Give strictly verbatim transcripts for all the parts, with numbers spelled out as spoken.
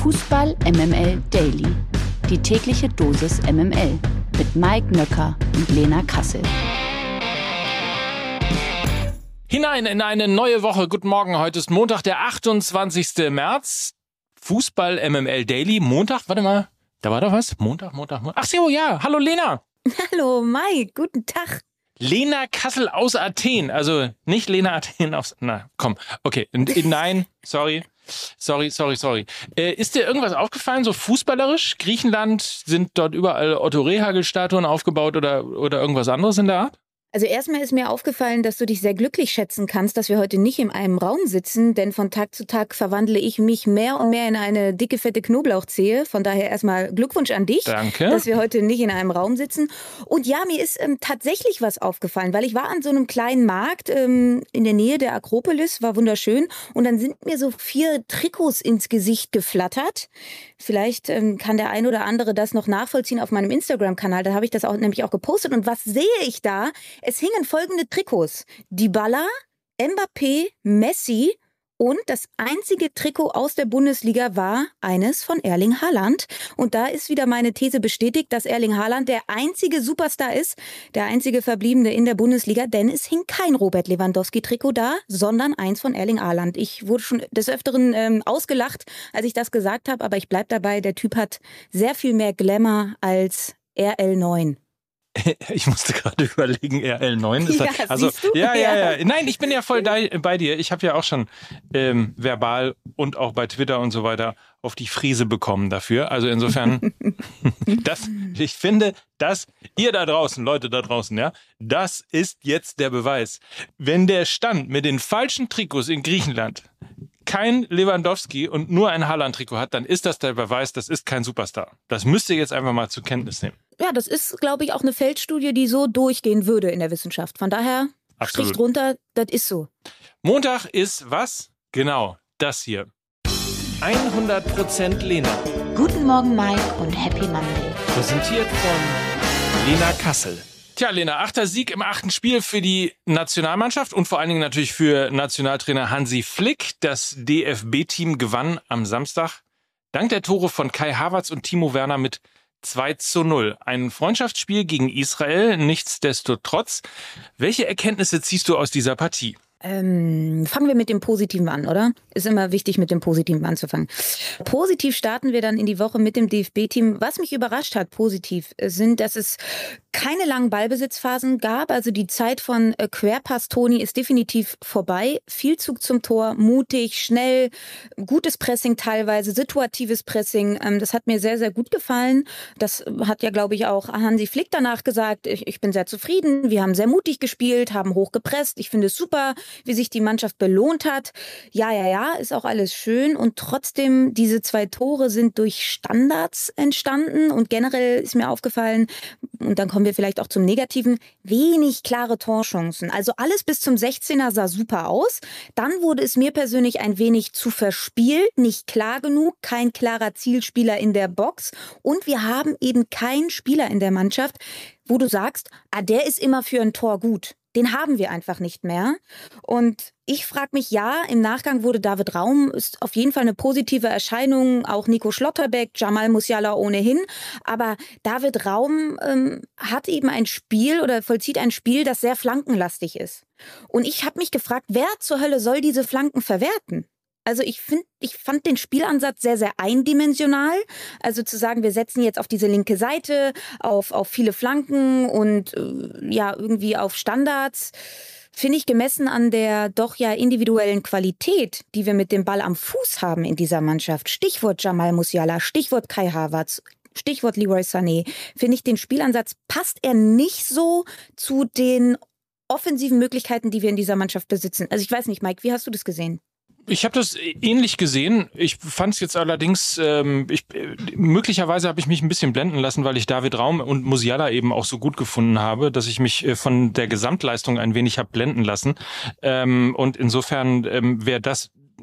Fußball M M L Daily. Die tägliche Dosis M M L mit Mike Nöcker und Lena Kassel. Hinein in eine neue Woche. Guten Morgen, heute ist Montag, der achtundzwanzigste März. Fußball M M L Daily. Montag, warte mal, da war doch was? Montag, Montag, Montag. Ach so, ja. Hallo Lena. Hallo Mike, guten Tag. Lena Kassel aus Athen. Also nicht Lena Athen aus... Na, komm. Okay, nein, sorry. Sorry, sorry, sorry. Äh, ist dir irgendwas aufgefallen, so fußballerisch? Griechenland, sind dort überall Otto-Rehhagel-Statuen aufgebaut oder, oder irgendwas anderes in der Art? Also erstmal ist mir aufgefallen, dass du dich sehr glücklich schätzen kannst, dass wir heute nicht in einem Raum sitzen, denn von Tag zu Tag verwandle ich mich mehr und mehr in eine dicke, fette Knoblauchzehe. Von daher erstmal Glückwunsch an dich, Danke. Dass wir heute nicht in einem Raum sitzen. Und ja, mir ist ähm, tatsächlich was aufgefallen, weil ich war an so einem kleinen Markt ähm, in der Nähe der Akropolis, war wunderschön. Und dann sind mir so vier Trikots ins Gesicht geflattert. Vielleicht ähm, kann der ein oder andere das noch nachvollziehen auf meinem Instagram-Kanal. Da habe ich das auch nämlich auch gepostet. Und was sehe ich da? Es hingen folgende Trikots: Dybala, Mbappé, Messi und das einzige Trikot aus der Bundesliga war eines von Erling Haaland. Und da ist wieder meine These bestätigt, dass Erling Haaland der einzige Superstar ist, der einzige Verbliebene in der Bundesliga, denn es hing kein Robert Lewandowski-Trikot da, sondern eins von Erling Haaland. Ich wurde schon des Öfteren ähm, ausgelacht, als ich das gesagt habe, aber ich bleib dabei, der Typ hat sehr viel mehr Glamour als R L neun. Ich musste gerade überlegen, R L neun ist ja, das, also siehst du? ja, ja, ja. Nein, ich bin ja voll da, bei dir. Ich habe ja auch schon ähm, verbal und auch bei Twitter und so weiter auf die Frise bekommen dafür. Also insofern, das, ich finde, dass ihr da draußen, Leute da draußen, ja, das ist jetzt der Beweis. Wenn der Stand mit den falschen Trikots in Griechenland kein Lewandowski und nur ein Haaland-Trikot hat, dann ist das der Beweis, das ist kein Superstar. Das müsst ihr jetzt einfach mal zur Kenntnis nehmen. Ja, das ist, glaube ich, auch eine Feldstudie, die so durchgehen würde in der Wissenschaft. Von daher, Absolut. Strich drunter, das ist so. Montag ist was? Genau, das hier. hundert Prozent Lena. Guten Morgen Mike und Happy Monday. Präsentiert von Lena Kassel. Tja, Lena, achter Sieg im achten Spiel für die Nationalmannschaft und vor allen Dingen natürlich für Nationaltrainer Hansi Flick. Das D F B-Team gewann am Samstag dank der Tore von Kai Havertz und Timo Werner mit zwei zu null. Ein Freundschaftsspiel gegen Israel, nichtsdestotrotz. Welche Erkenntnisse ziehst du aus dieser Partie? Ähm, fangen wir mit dem Positiven an, oder? Ist immer wichtig, mit dem Positiven anzufangen. Positiv starten wir dann in die Woche mit dem D F B-Team. Was mich überrascht hat, positiv, sind, dass es keine langen Ballbesitzphasen gab. Also die Zeit von äh, Querpass-Toni ist definitiv vorbei. Viel Zug zum Tor, mutig, schnell, gutes Pressing teilweise, situatives Pressing. Ähm, das hat mir sehr, sehr gut gefallen. Das hat ja, glaube ich, auch Hansi Flick danach gesagt. Ich, ich bin sehr zufrieden. Wir haben sehr mutig gespielt, haben hoch gepresst. Ich finde es super, wie sich die Mannschaft belohnt hat. Ja, ja, ja, ist auch alles schön. Und trotzdem, diese zwei Tore sind durch Standards entstanden. Und generell ist mir aufgefallen, und dann kommen wir vielleicht auch zum Negativen, wenig klare Torchancen. Also alles bis zum sechzehner sah super aus. Dann wurde es mir persönlich ein wenig zu verspielt, nicht klar genug, kein klarer Zielspieler in der Box. Und wir haben eben keinen Spieler in der Mannschaft, wo du sagst, ah, der ist immer für ein Tor gut. Den haben wir einfach nicht mehr. Und ich frage mich, ja, im Nachgang wurde David Raum, ist auf jeden Fall eine positive Erscheinung, auch Nico Schlotterbeck, Jamal Musiala ohnehin. Aber David Raum ähm, hat eben ein Spiel oder vollzieht ein Spiel, das sehr flankenlastig ist. Und ich habe mich gefragt, wer zur Hölle soll diese Flanken verwerten? Also ich finde, ich fand den Spielansatz sehr, sehr eindimensional. Also zu sagen, wir setzen jetzt auf diese linke Seite, auf, auf viele Flanken und äh, ja irgendwie auf Standards, finde ich gemessen an der doch ja individuellen Qualität, die wir mit dem Ball am Fuß haben in dieser Mannschaft. Stichwort Jamal Musiala, Stichwort Kai Havertz, Stichwort Leroy Sané. Finde ich den Spielansatz, passt er nicht so zu den offensiven Möglichkeiten, die wir in dieser Mannschaft besitzen. Also ich weiß nicht, Mike, wie hast du das gesehen? Ich habe das ähnlich gesehen. Ich fand es jetzt allerdings, ähm, ich, äh, möglicherweise habe ich mich ein bisschen blenden lassen, weil ich David Raum und Musiala eben auch so gut gefunden habe, dass ich mich äh, von der Gesamtleistung ein wenig habe blenden lassen. Ähm, und insofern ähm, wäre das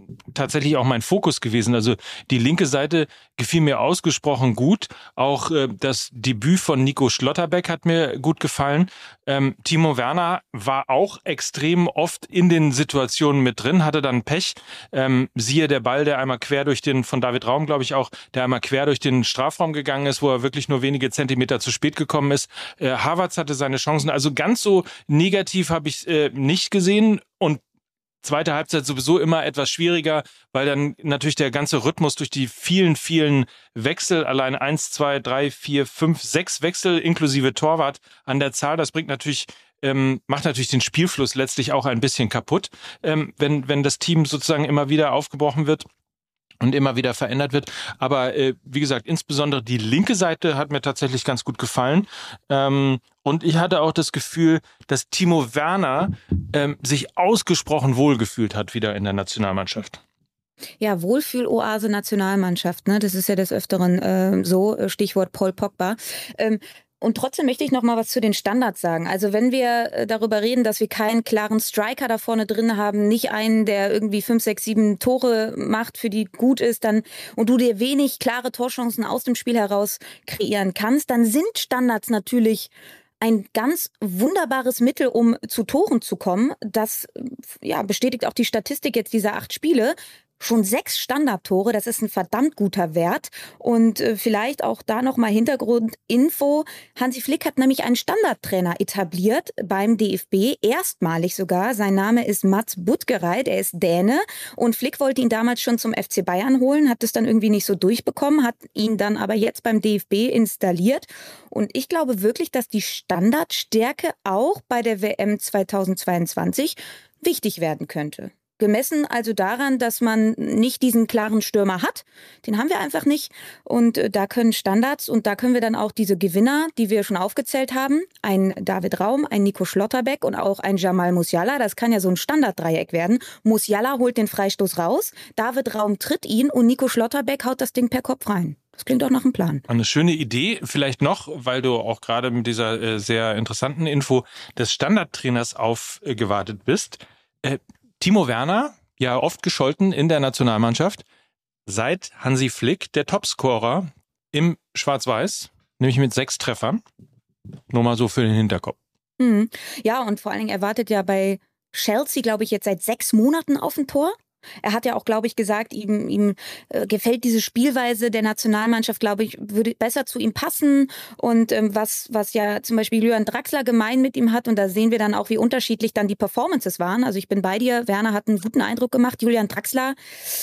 tatsächlich auch mein Fokus gewesen. Also die linke Seite gefiel mir ausgesprochen gut. Auch äh, das Debüt von Nico Schlotterbeck hat mir gut gefallen. Ähm, Timo Werner war auch extrem oft in den Situationen mit drin, hatte dann Pech. Ähm, siehe der Ball, der einmal quer durch den, von David Raum, glaube ich auch, der einmal quer durch den Strafraum gegangen ist, wo er wirklich nur wenige Zentimeter zu spät gekommen ist. Äh, Havertz hatte seine Chancen. Also ganz so negativ habe ich äh, nicht gesehen. Und zweite Halbzeit sowieso immer etwas schwieriger, weil dann natürlich der ganze Rhythmus durch die vielen, vielen Wechsel, allein eins, zwei, drei, vier, fünf, sechs Wechsel inklusive Torwart an der Zahl, das bringt natürlich, ähm, macht natürlich den Spielfluss letztlich auch ein bisschen kaputt, ähm, wenn, wenn das Team sozusagen immer wieder aufgebrochen wird und immer wieder verändert wird. Aber äh, wie gesagt, insbesondere die linke Seite hat mir tatsächlich ganz gut gefallen. Ähm, und ich hatte auch das Gefühl, dass Timo Werner ähm, sich ausgesprochen wohlgefühlt hat wieder in der Nationalmannschaft. Ja, Wohlfühl-Oase Nationalmannschaft, ne? Das ist ja des Öfteren äh, so, Stichwort Paul Pogba. Ähm, Und trotzdem möchte ich noch mal was zu den Standards sagen. Also wenn wir darüber reden, dass wir keinen klaren Striker da vorne drin haben, nicht einen, der irgendwie fünf, sechs, sieben Tore macht, für die gut ist, dann und du dir wenig klare Torchancen aus dem Spiel heraus kreieren kannst, dann sind Standards natürlich ein ganz wunderbares Mittel, um zu Toren zu kommen. Das ja, bestätigt auch die Statistik jetzt dieser acht Spiele. Schon sechs Standardtore, das ist ein verdammt guter Wert. Und äh, vielleicht auch da nochmal Hintergrundinfo. Hansi Flick hat nämlich einen Standardtrainer etabliert beim D F B, erstmalig sogar. Sein Name ist Mats Budgereit, er ist Däne. Und Flick wollte ihn damals schon zum F C Bayern holen, hat es dann irgendwie nicht so durchbekommen, hat ihn dann aber jetzt beim D F B installiert. Und ich glaube wirklich, dass die Standardstärke auch bei der W M zweitausendzweiundzwanzig wichtig werden könnte. Gemessen also daran, dass man nicht diesen klaren Stürmer hat. Den haben wir einfach nicht. Und äh, da können Standards und da können wir dann auch diese Gewinner, die wir schon aufgezählt haben, ein David Raum, ein Nico Schlotterbeck und auch ein Jamal Musiala, das kann ja so ein Standarddreieck werden. Musiala holt den Freistoß raus, David Raum tritt ihn und Nico Schlotterbeck haut das Ding per Kopf rein. Das klingt doch nach einem Plan. Eine schöne Idee, vielleicht noch, weil du auch gerade mit dieser äh, sehr interessanten Info des Standardtrainers aufgewartet bist. Äh, Timo Werner, ja oft gescholten in der Nationalmannschaft, seit Hansi Flick der Topscorer im Schwarz-Weiß, nämlich mit sechs Treffern. Nur mal so für den Hinterkopf. Mhm. Ja, und vor allen Dingen, er wartet ja bei Chelsea, glaube ich, jetzt seit sechs Monaten auf ein Tor. Er hat ja auch, glaube ich, gesagt, ihm, ihm äh, gefällt diese Spielweise der Nationalmannschaft, glaube ich, würde besser zu ihm passen. Und ähm, was, was ja zum Beispiel Julian Draxler gemein mit ihm hat, und da sehen wir dann auch, wie unterschiedlich dann die Performances waren. Also ich bin bei dir, Werner hat einen guten Eindruck gemacht. Julian Draxler,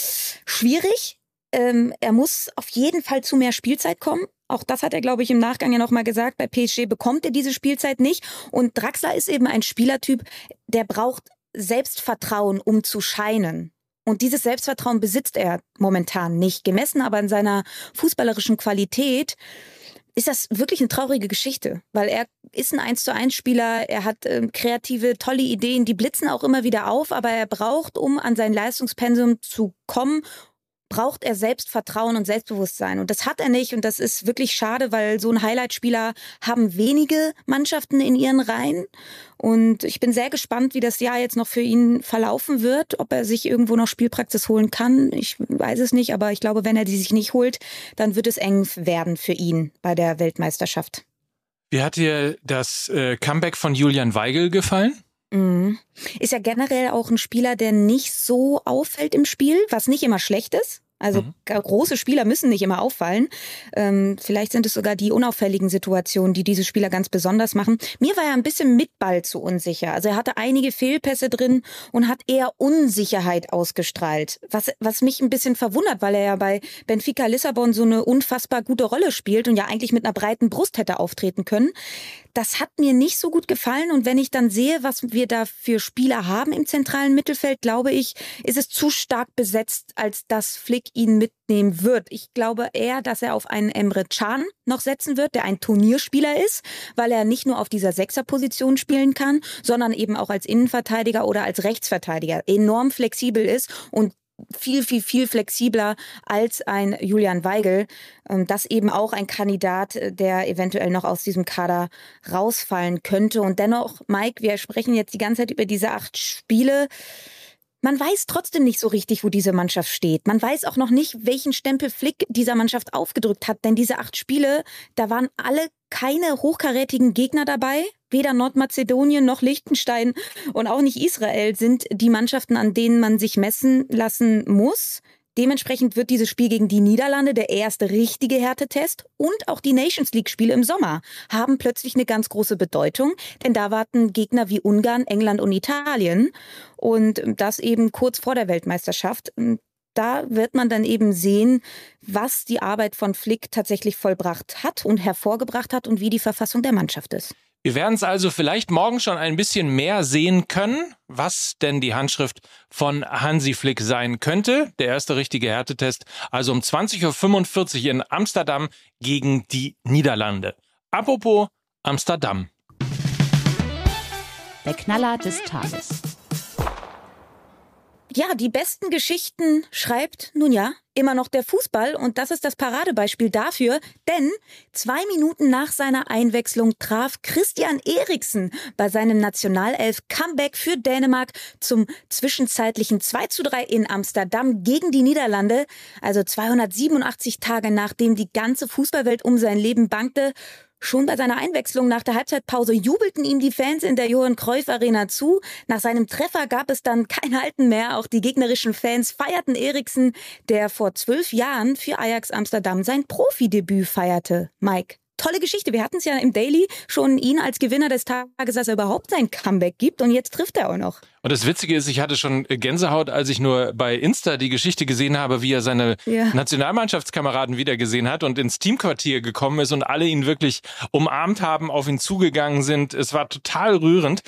schwierig. Ähm, er muss auf jeden Fall zu mehr Spielzeit kommen. Auch das hat er, glaube ich, im Nachgang ja nochmal gesagt. Bei P S G bekommt er diese Spielzeit nicht. Und Draxler ist eben ein Spielertyp, der braucht Selbstvertrauen, um zu scheinen. Und dieses Selbstvertrauen besitzt er momentan nicht. Gemessen aber in seiner fußballerischen Qualität ist das wirklich eine traurige Geschichte. Weil er ist ein eins zu eins Spieler, er hat äh, kreative, tolle Ideen, die blitzen auch immer wieder auf. Aber er braucht, um an sein Leistungspensum zu kommen, braucht er Selbstvertrauen und Selbstbewusstsein. Und das hat er nicht. Und das ist wirklich schade, weil so ein Highlight-Spieler haben wenige Mannschaften in ihren Reihen. Und ich bin sehr gespannt, wie das Jahr jetzt noch für ihn verlaufen wird. Ob er sich irgendwo noch Spielpraxis holen kann, ich weiß es nicht. Aber ich glaube, wenn er die sich nicht holt, dann wird es eng werden für ihn bei der Weltmeisterschaft. Wie hat dir das äh, Comeback von Julian Weigl gefallen? Mhm. Ist ja generell auch ein Spieler, der nicht so auffällt im Spiel, was nicht immer schlecht ist. Also mhm. große Spieler müssen nicht immer auffallen. Ähm, vielleicht sind es sogar die unauffälligen Situationen, die diese Spieler ganz besonders machen. Mir war er ein bisschen mit Ball zu unsicher. Also er hatte einige Fehlpässe drin und hat eher Unsicherheit ausgestrahlt. Was, was mich ein bisschen verwundert, weil er ja bei Benfica Lissabon so eine unfassbar gute Rolle spielt und ja eigentlich mit einer breiten Brust hätte auftreten können. Das hat mir nicht so gut gefallen. Und wenn ich dann sehe, was wir da für Spieler haben im zentralen Mittelfeld, glaube ich, ist es zu stark besetzt, als dass Flick ihn mitnehmen wird. Ich glaube eher, dass er auf einen Emre Can noch setzen wird, der ein Turnierspieler ist, weil er nicht nur auf dieser Sechserposition spielen kann, sondern eben auch als Innenverteidiger oder als Rechtsverteidiger enorm flexibel ist und viel, viel, viel flexibler als ein Julian Weigl. Das eben auch ein Kandidat, der eventuell noch aus diesem Kader rausfallen könnte. Und dennoch, Mike, wir sprechen jetzt die ganze Zeit über diese acht Spiele. man weiß trotzdem nicht so richtig, wo diese Mannschaft steht. Man weiß auch noch nicht, welchen Stempel Flick dieser Mannschaft aufgedrückt hat. Denn diese acht Spiele, da waren alle keine hochkarätigen Gegner dabei. Weder Nordmazedonien noch Liechtenstein und auch nicht Israel sind die Mannschaften, an denen man sich messen lassen muss. Dementsprechend wird dieses Spiel gegen die Niederlande der erste richtige Härtetest. Und auch die Nations League-Spiele im Sommer haben plötzlich eine ganz große Bedeutung. Denn da warten Gegner wie Ungarn, England und Italien. Und das eben kurz vor der Weltmeisterschaft. Da wird man dann eben sehen, was die Arbeit von Flick tatsächlich vollbracht hat und hervorgebracht hat und wie die Verfassung der Mannschaft ist. Wir werden es also vielleicht morgen schon ein bisschen mehr sehen können, was denn die Handschrift von Hansi Flick sein könnte. Der erste richtige Härtetest, also um zwanzig Uhr fünfundvierzig in Amsterdam gegen die Niederlande. Apropos Amsterdam. Der Knaller des Tages. Ja, die besten Geschichten schreibt, nun ja, immer noch der Fußball. Und das ist das Paradebeispiel dafür. Denn zwei Minuten nach seiner Einwechslung traf Christian Eriksen bei seinem Nationalelf-Comeback für Dänemark zum zwischenzeitlichen zwei zu drei in Amsterdam gegen die Niederlande. Also zweihundertsiebenundachtzig Tage nachdem die ganze Fußballwelt um sein Leben bangte. Schon bei seiner Einwechslung nach der Halbzeitpause jubelten ihm die Fans in der Johan Cruyff Arena zu. Nach seinem Treffer gab es dann kein Halten mehr. Auch die gegnerischen Fans feierten Eriksen, der vor zwölf Jahren für Ajax Amsterdam sein Profidebüt feierte. Mike, tolle Geschichte. Wir hatten es ja im Daily schon ihn als Gewinner des Tages, dass er überhaupt sein Comeback gibt. Und jetzt trifft er auch noch. Und das Witzige ist, ich hatte schon Gänsehaut, als ich nur bei Insta die Geschichte gesehen habe, wie er seine ja. Nationalmannschaftskameraden wiedergesehen hat und ins Teamquartier gekommen ist und alle ihn wirklich umarmt haben, auf ihn zugegangen sind. Es war total rührend.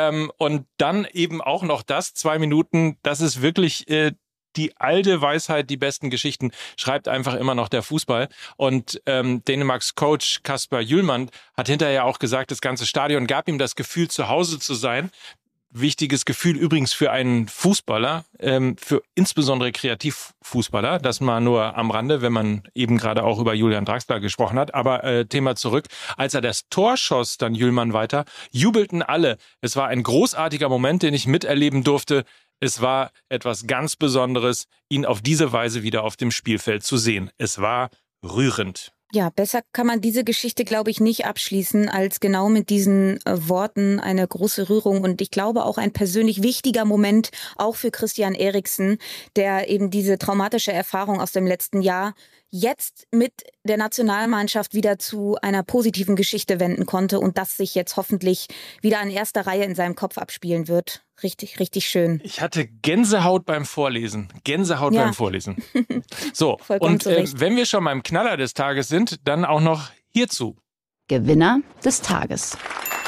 Und dann eben auch noch das, zwei Minuten, das ist wirklich die alte Weisheit, die besten Geschichten schreibt einfach immer noch der Fußball. Und ähm, Dänemarks Coach Kasper Hjulmand hat hinterher auch gesagt, das ganze Stadion gab ihm das Gefühl, zu Hause zu sein. Wichtiges Gefühl übrigens für einen Fußballer, ähm, für insbesondere Kreativfußballer. Das mal nur am Rande, wenn man eben gerade auch über Julian Draxler gesprochen hat. Aber äh, Thema zurück. Als er das Tor schoss, dann Hjulmand weiter, jubelten alle. Es war ein großartiger Moment, den ich miterleben durfte. Es war etwas ganz Besonderes, ihn auf diese Weise wieder auf dem Spielfeld zu sehen. Es war rührend. Ja, besser kann man diese Geschichte, glaube ich, nicht abschließen, als genau mit diesen äh, Worten, eine große Rührung und ich glaube auch ein persönlich wichtiger Moment, auch für Christian Eriksen, der eben diese traumatische Erfahrung aus dem letzten Jahr jetzt mit der Nationalmannschaft wieder zu einer positiven Geschichte wenden konnte und das sich jetzt hoffentlich wieder an erster Reihe in seinem Kopf abspielen wird. Richtig, richtig schön. Ich hatte Gänsehaut beim Vorlesen. Gänsehaut ja. beim Vorlesen. So, und äh, wenn wir schon beim Knaller des Tages sind, dann auch noch hierzu. Gewinner des Tages.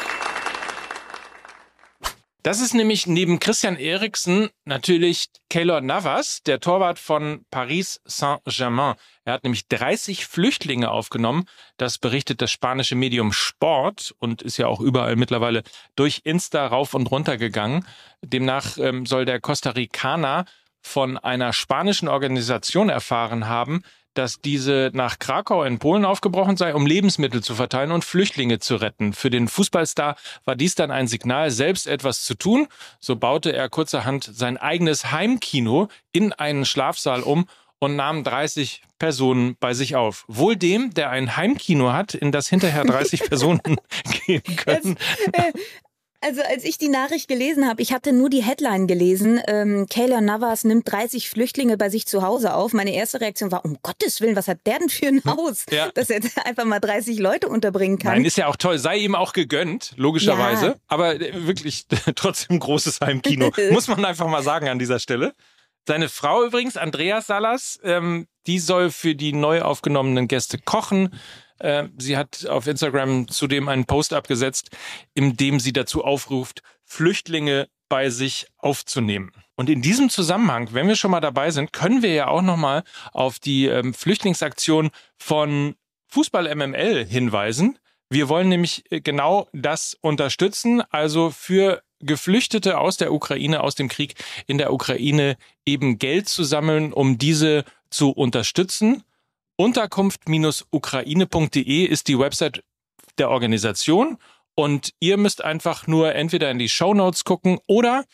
Das ist nämlich neben Christian Eriksen natürlich Keylor Navas, der Torwart von Paris Saint-Germain. Er hat nämlich dreißig Flüchtlinge aufgenommen. Das berichtet das spanische Medium Sport und ist ja auch überall mittlerweile durch Insta rauf und runter gegangen. Demnach ähm, soll der Costa Ricaner von einer spanischen Organisation erfahren haben, dass diese nach Krakau in Polen aufgebrochen sei, um Lebensmittel zu verteilen und Flüchtlinge zu retten. Für den Fußballstar war dies dann ein Signal, selbst etwas zu tun. So baute er kurzerhand sein eigenes Heimkino in einen Schlafsaal um und nahm dreißig Personen bei sich auf. Wohl dem, der ein Heimkino hat, in das hinterher dreißig Personen gehen können. Das, äh Also als ich die Nachricht gelesen habe, ich hatte nur die Headline gelesen, ähm, Keylor Navas nimmt dreißig Flüchtlinge bei sich zu Hause auf. Meine erste Reaktion war, um Gottes Willen, was hat der denn für ein Haus, ja. dass er jetzt einfach mal dreißig Leute unterbringen kann. Nein, ist ja auch toll, sei ihm auch gegönnt, logischerweise. Ja. Aber wirklich trotzdem großes Heimkino, muss man einfach mal sagen an dieser Stelle. Seine Frau übrigens, Andrea Salas, ähm, die soll für die neu aufgenommenen Gäste kochen. Sie hat auf Instagram zudem einen Post abgesetzt, in dem sie dazu aufruft, Flüchtlinge bei sich aufzunehmen. Und in diesem Zusammenhang, wenn wir schon mal dabei sind, können wir ja auch nochmal auf die ähm, Flüchtlingsaktion von Fußball M M L hinweisen. Wir wollen nämlich genau das unterstützen, also für Geflüchtete aus der Ukraine, aus dem Krieg in der Ukraine eben Geld zu sammeln, um diese zu unterstützen. Unterkunft Ukraine punkt de ist die Website der Organisation und ihr müsst einfach nur entweder in die Shownotes gucken oder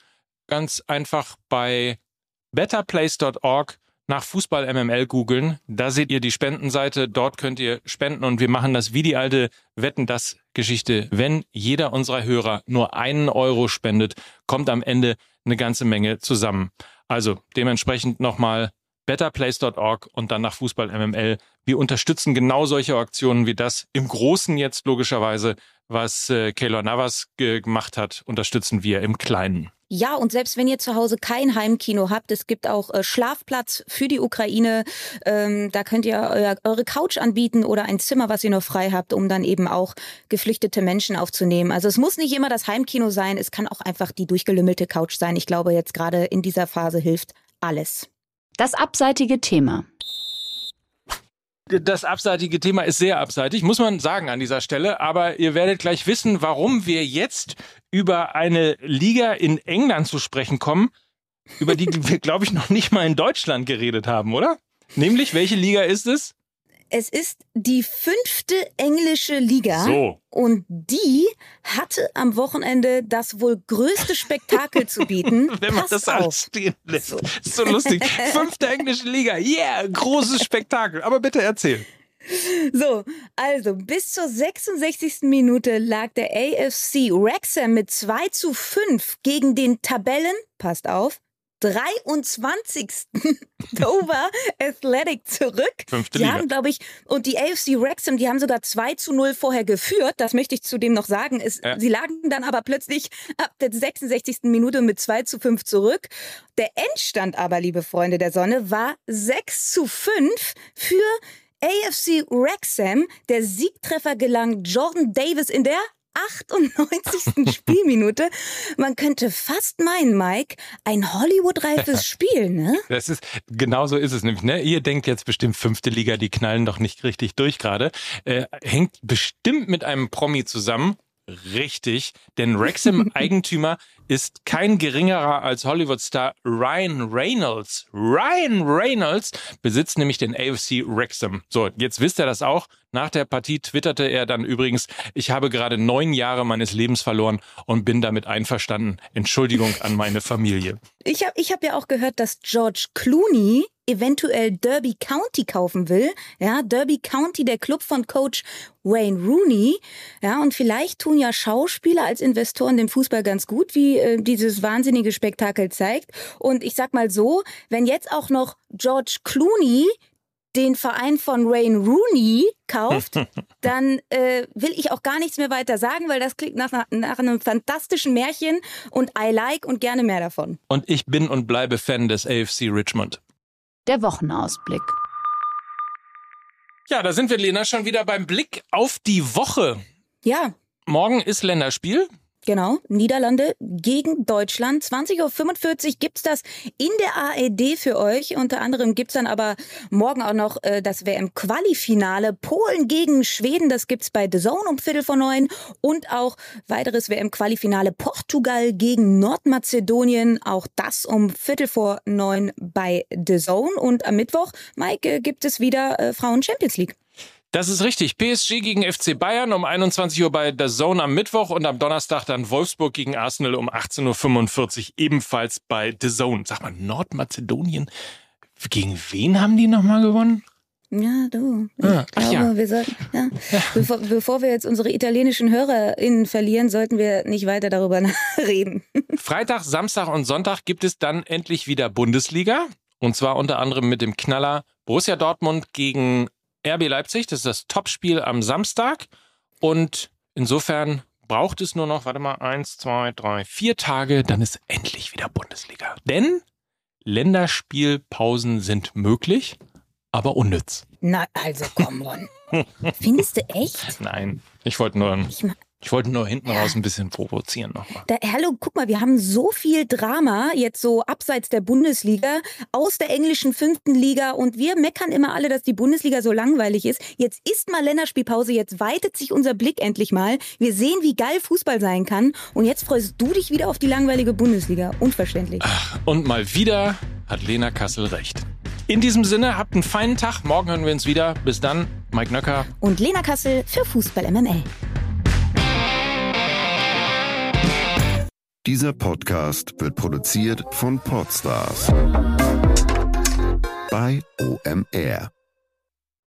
ganz einfach bei better place dot org nach Fußball M M L googeln. Da seht ihr die Spendenseite. Dort könnt ihr spenden und wir machen das wie die alte Wetten-dass-Geschichte. Wenn jeder unserer Hörer nur einen Euro spendet, kommt am Ende eine ganze Menge zusammen. Also dementsprechend nochmal better place dot org und dann nach Fußball M M L. Wir unterstützen genau solche Aktionen wie das. Im Großen jetzt logischerweise, was äh, Keylor Navas ge- gemacht hat, unterstützen wir im Kleinen. Ja, und selbst wenn ihr zu Hause kein Heimkino habt, es gibt auch äh, Schlafplatz für die Ukraine. Ähm, da könnt ihr euer, eure Couch anbieten oder ein Zimmer, was ihr noch frei habt, um dann eben auch geflüchtete Menschen aufzunehmen. Also es muss nicht immer das Heimkino sein, es kann auch einfach die durchgelümmelte Couch sein. Ich glaube, jetzt gerade in dieser Phase hilft alles. Das abseitige Thema. Das abseitige Thema ist sehr abseitig, muss man sagen an dieser Stelle. Aber ihr werdet gleich wissen, warum wir jetzt über eine Liga in England zu sprechen kommen, über die wir, glaube ich, noch nicht mal in Deutschland geredet haben, oder? Nämlich, welche Liga ist es? Es ist die fünfte englische Liga So. Und die hatte am Wochenende das wohl größte Spektakel zu bieten. Wenn man Passt das auf. alles stehen lässt. So. Ist so lustig. Fünfte englische Liga. Yeah, großes Spektakel. Aber bitte erzähl. So, also bis zur sechsundsechzigsten Minute lag der A F C Wrexham mit zwei zu fünf gegen den Tabellen, passt auf, dreiundzwanzigsten Dover Athletic zurück. Fünfte die Liga. haben, glaube ich, und die A F C Wrexham, die haben sogar zwei zu null vorher geführt. Das möchte ich zudem noch sagen. Es, Ja. Sie lagen dann aber plötzlich ab der sechsundsechzigsten Minute mit zwei zu fünf zurück. Der Endstand aber, liebe Freunde der Sonne, war sechs zu fünf für A F C Wrexham. Der Siegtreffer gelang Jordan Davis in der achtundneunzigsten Spielminute. Man könnte fast meinen, Mike, ein Hollywood-reifes Spiel, ne? Das ist, genau so ist es nämlich, ne? Ihr denkt jetzt bestimmt fünfte Liga, die knallen doch nicht richtig durch gerade. Äh, hängt bestimmt mit einem Promi zusammen. Richtig, denn Wrexham-Eigentümer ist kein geringerer als Hollywood-Star Ryan Reynolds. Ryan Reynolds besitzt nämlich den A F C Wrexham. So, jetzt wisst ihr das auch. Nach der Partie twitterte er dann übrigens, ich habe gerade neun Jahre meines Lebens verloren und bin damit einverstanden. Entschuldigung an meine Familie. Ich habe ich hab ja auch gehört, dass George Clooney eventuell Derby County kaufen will. Ja, Derby County, der Club von Coach Wayne Rooney. Ja, und vielleicht tun ja Schauspieler als Investoren dem Fußball ganz gut, wie äh, dieses wahnsinnige Spektakel zeigt. Und ich sag mal so, wenn jetzt auch noch George Clooney den Verein von Wayne Rooney kauft, dann äh, will ich auch gar nichts mehr weiter sagen, weil das klingt nach, nach einem fantastischen Märchen und I like und gerne mehr davon. Und ich bin und bleibe Fan des A F C Richmond. Der Wochenausblick. Ja, da sind wir, Lena, schon wieder beim Blick auf die Woche. Ja, Morgen ist Länderspiel. genau. Niederlande gegen Deutschland. zwanzig Uhr fünfundvierzig gibt's das in der A R D für euch. Unter anderem gibt's dann aber morgen auch noch äh, das W M-Quali-Finale. Polen gegen Schweden, das gibt's bei The Zone um Viertel vor neun. Und auch weiteres W M-Quali-Finale Portugal gegen Nordmazedonien. Auch das um Viertel vor neun bei The Zone. Und am Mittwoch, Mike, äh, gibt es wieder äh, Frauen-Champions League. Das ist richtig. P S G gegen F C Bayern um einundzwanzig Uhr bei The Zone am Mittwoch und am Donnerstag dann Wolfsburg gegen Arsenal um achtzehn Uhr fünfundvierzig ebenfalls bei The Zone. Sag mal, Nordmazedonien, gegen wen haben die nochmal gewonnen? Ja, du. Ich Ah, ach glaube, ja. wir sollten, ja. Bevor, bevor wir jetzt unsere italienischen HörerInnen verlieren, sollten wir nicht weiter darüber reden. Freitag, Samstag und Sonntag gibt es dann endlich wieder Bundesliga. Und zwar unter anderem mit dem Knaller Borussia Dortmund gegen R B Leipzig. Das ist das Topspiel am Samstag. Und insofern braucht es nur noch, warte mal, eins, zwei, drei, vier Tage, dann ist endlich wieder Bundesliga. Denn Länderspielpausen sind möglich, aber unnütz. Na, also komm on. Findest du echt? Nein, ich wollte nur, Ich ma- ich wollte nur hinten raus ein bisschen provozieren nochmal. Da, hallo, guck mal, wir haben so viel Drama jetzt so abseits der Bundesliga, aus der englischen fünften Liga und wir meckern immer alle, dass die Bundesliga so langweilig ist. Jetzt ist mal Länderspielpause, jetzt weitet sich unser Blick endlich mal. Wir sehen, wie geil Fußball sein kann und jetzt freust du dich wieder auf die langweilige Bundesliga. Unverständlich. Und mal wieder hat Lena Kassel recht. In diesem Sinne, habt einen feinen Tag. Morgen hören wir uns wieder. Bis dann, Mike Nöcker. Und Lena Kassel für Fußball M M L. Dieser Podcast wird produziert von Podstars bei O M R.